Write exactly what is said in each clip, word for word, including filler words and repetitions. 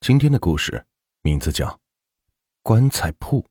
今天的故事名字叫棺材铺。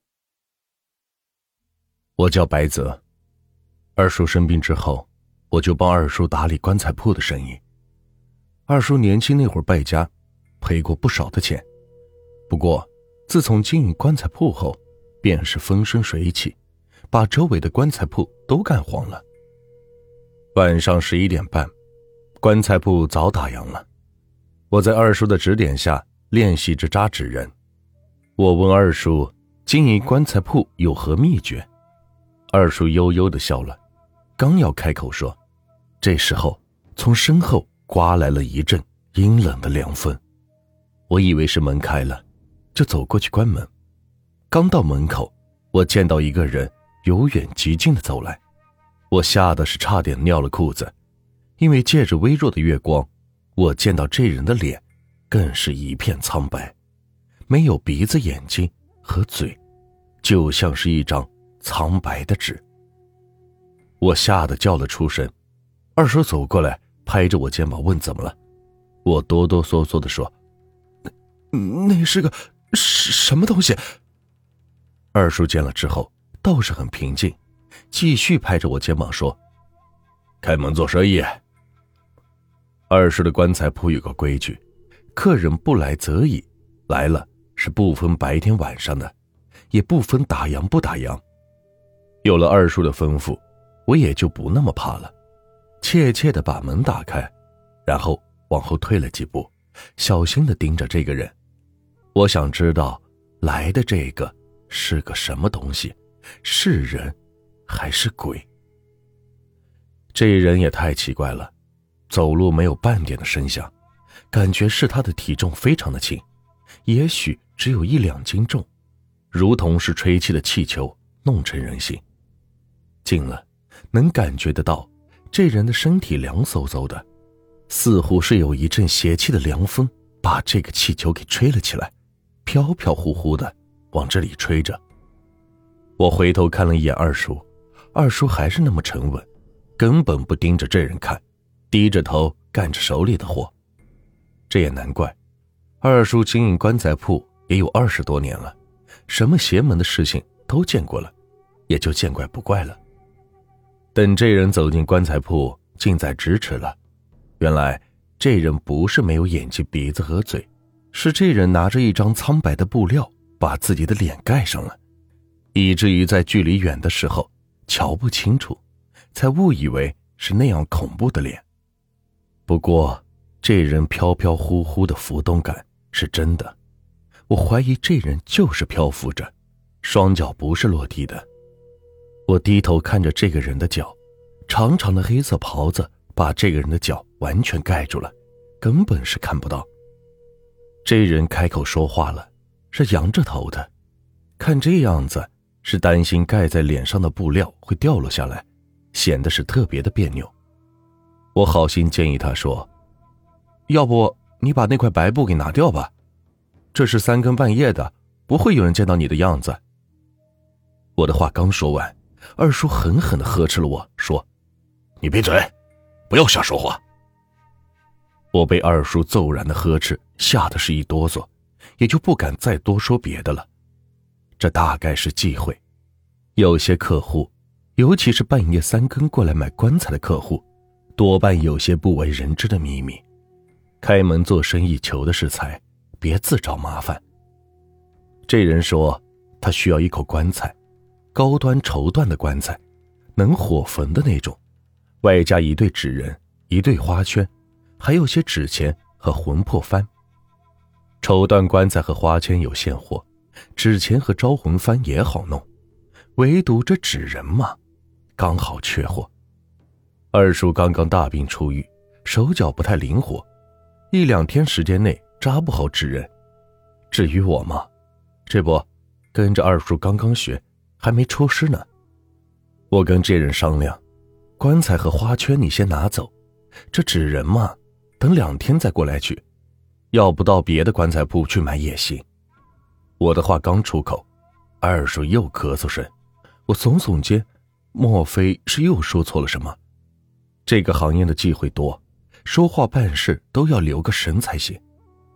我叫白泽，二叔生病之后，我就帮二叔打理棺材铺的生意。二叔年轻那会儿败家，赔过不少的钱，不过自从经营棺材铺后，便是风生水起，把周围的棺材铺都干黄了。晚上十一点半，棺材铺早打烊了。我在二叔的指点下练习着扎纸人。我问二叔经营棺材铺有何秘诀，二叔悠悠地笑了，刚要开口说，这时候从身后刮来了一阵阴冷的凉风。我以为是门开了，就走过去关门。刚到门口，我见到一个人由远及近地走来，我吓得是差点尿了裤子，因为借着微弱的月光，我见到这人的脸更是一片苍白，没有鼻子、眼睛和嘴，就像是一张苍白的纸。我吓得叫了出声，二叔走过来拍着我肩膀问怎么了。我哆哆嗦嗦地说，那那是个什么东西。二叔见了之后倒是很平静，继续拍着我肩膀说，开门做生意。二叔的棺材铺有个规矩，客人不来则已，来了是不分白天晚上的，也不分打烊不打烊。有了二叔的吩咐，我也就不那么怕了，怯怯地把门打开，然后往后退了几步，小心地盯着这个人。我想知道来的这个是个什么东西，是人还是鬼？这人也太奇怪了，走路没有半点的声响，感觉是他的体重非常的轻，也许只有一两斤重，如同是吹气的气球弄成人形。近了能感觉得到这人的身体凉飕飕的，似乎是有一阵邪气的凉风把这个气球给吹了起来，飘飘忽忽的往这里吹着。我回头看了一眼二叔，二叔还是那么沉稳，根本不盯着这人看，低着头干着手里的活。这也难怪，二叔经营棺材铺也有二十多年了，什么邪门的事情都见过了，也就见怪不怪了。等这人走进棺材铺，近在咫尺了。原来这人不是没有眼睛、鼻子和嘴，是这人拿着一张苍白的布料把自己的脸盖上了，以至于在距离远的时候瞧不清楚，才误以为是那样恐怖的脸。不过这人飘飘忽忽的浮动感是真的，我怀疑这人就是漂浮着，双脚不是落地的。我低头看着这个人的脚，长长的黑色袍子把这个人的脚完全盖住了，根本是看不到。这人开口说话了，是仰着头的，看这样子是担心盖在脸上的布料会掉落下来，显得是特别的别扭。我好心建议他说，要不你把那块白布给拿掉吧，这是三更半夜的，不会有人见到你的样子。我的话刚说完，二叔狠狠地呵斥了我，说，你闭嘴，不要瞎说话。我被二叔骤然的呵斥吓得是一哆嗦，也就不敢再多说别的了。这大概是忌讳，有些客户，尤其是半夜三更过来买棺材的客户，多半有些不为人知的秘密。开门做生意求的是财，别自找麻烦。这人说他需要一口棺材，高端绸缎的棺材，能火焚的那种，外加一对纸人，一对花圈，还有些纸钱和魂魄幡。绸缎棺材和花圈有现货，纸钱和招魂幡也好弄，唯独这纸人嘛，刚好缺货。二叔刚刚大病初愈，手脚不太灵活，一两天时间内扎不好纸人。至于我嘛，这不跟着二叔刚刚学，还没出师呢。我跟这人商量，棺材和花圈你先拿走，这纸人嘛，等两天再过来取，要不到别的棺材铺去买也行。我的话刚出口，二叔又咳嗽声，我耸耸肩，莫非是又说错了什么？这个行业的忌讳多，说话办事都要留个神才行。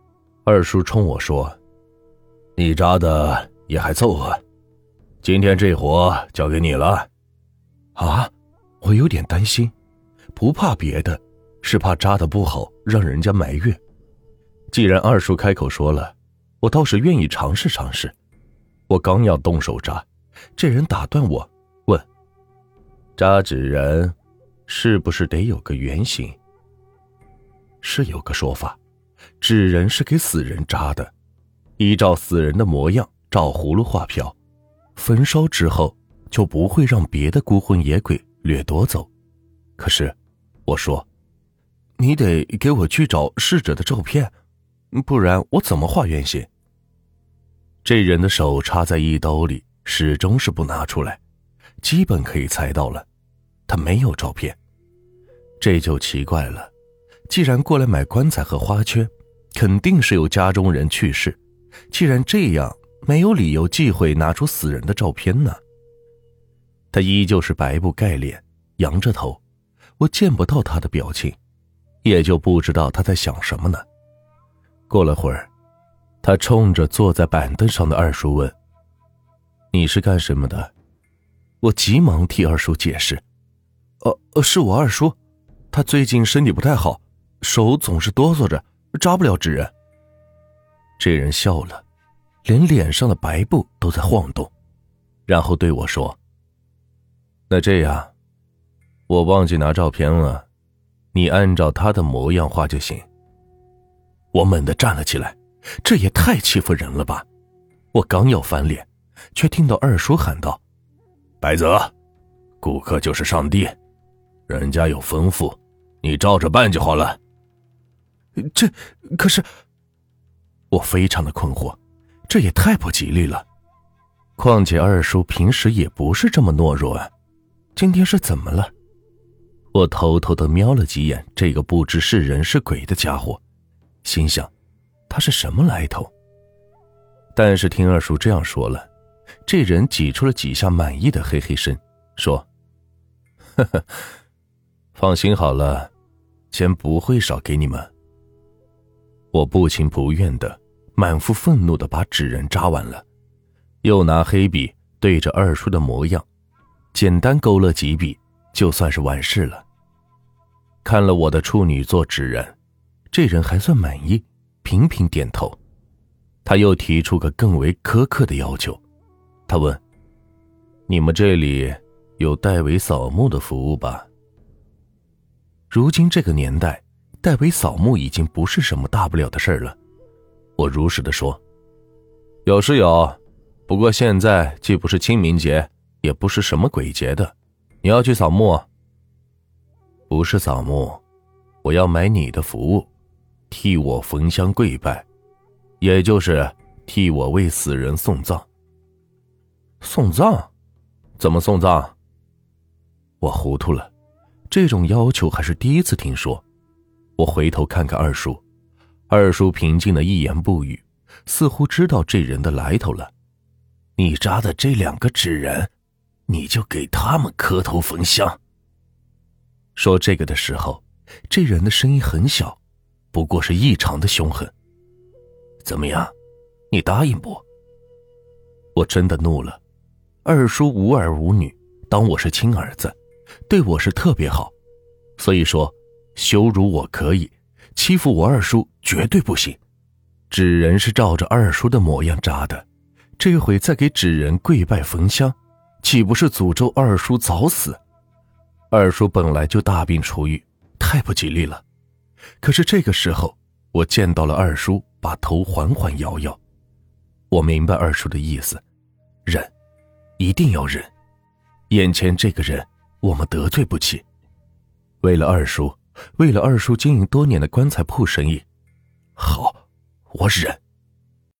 二叔冲我说：“你扎的也还凑合，今天这活交给你了。”啊，我有点担心，不怕别的，是怕扎的不好让人家埋怨。既然二叔开口说了，我倒是愿意尝试尝试。我刚要动手扎，这人打断我问：“扎纸人是不是得有个原型？”是有个说法，纸人是给死人扎的，依照死人的模样照葫芦画瓢，焚烧之后就不会让别的孤魂野鬼掠夺走。可是我说，你得给我去找逝者的照片，不然我怎么画原型？这人的手插在衣兜里，始终是不拿出来，基本可以猜到了，他没有照片。这就奇怪了，既然过来买棺材和花圈，肯定是有家中人去世，既然这样，没有理由忌讳拿出死人的照片呢。他依旧是白布盖脸，仰着头，我见不到他的表情，也就不知道他在想什么呢。过了会儿，他冲着坐在板凳上的二叔问：“你是干什么的？”我急忙替二叔解释：“呃，是我二叔，他最近身体不太好，手总是哆嗦着，扎不了纸人。”这人笑了，连脸上的白布都在晃动，然后对我说：“那这样，我忘记拿照片了，你按照他的模样画就行。”我猛地站了起来，这也太欺负人了吧！我刚要翻脸，却听到二叔喊道：“白泽，顾客就是上帝，人家有吩咐，你照着办就好了。”这可是……我非常的困惑，这也太不吉利了。况且二叔平时也不是这么懦弱啊，今天是怎么了？我偷偷地瞄了几眼这个不知是人是鬼的家伙，心想他是什么来头。但是听二叔这样说了，这人挤出了几下满意的嘿嘿声，说：“呵呵，放心好了，钱不会少给你们。”我不情不愿的，满腹愤怒的把纸人扎完了，又拿黑笔对着二叔的模样，简单勾勒几笔，就算是完事了。看了我的处女座纸人，这人还算满意，频频点头。他又提出个更为苛刻的要求，他问：“你们这里有代为扫墓的服务吧？”如今这个年代，代为扫墓已经不是什么大不了的事了。我如实的说：“有是有，不过现在既不是清明节，也不是什么鬼节的，你要去扫墓？”“不是扫墓，我要买你的服务，替我焚香跪拜，也就是替我为死人送葬。”“送葬？怎么送葬？”我糊涂了，这种要求还是第一次听说。我回头看看二叔，二叔平静的一言不语，似乎知道这人的来头了。“你扎的这两个纸人，你就给他们磕头焚香。”说这个的时候，这人的声音很小，不过是异常的凶狠。“怎么样，你答应不？”我真的怒了。二叔无儿无女，当我是亲儿子，对我是特别好，所以说羞辱我可以，欺负我二叔绝对不行。纸人是照着二叔的模样扎的，这回再给纸人跪拜焚香，岂不是诅咒二叔早死？二叔本来就大病初愈，太不吉利了。可是这个时候，我见到了二叔把头缓缓摇摇。我明白二叔的意思，忍，一定要忍。眼前这个人，我们得罪不起。为了二叔，为了二叔经营多年的棺材铺生意，好，我忍。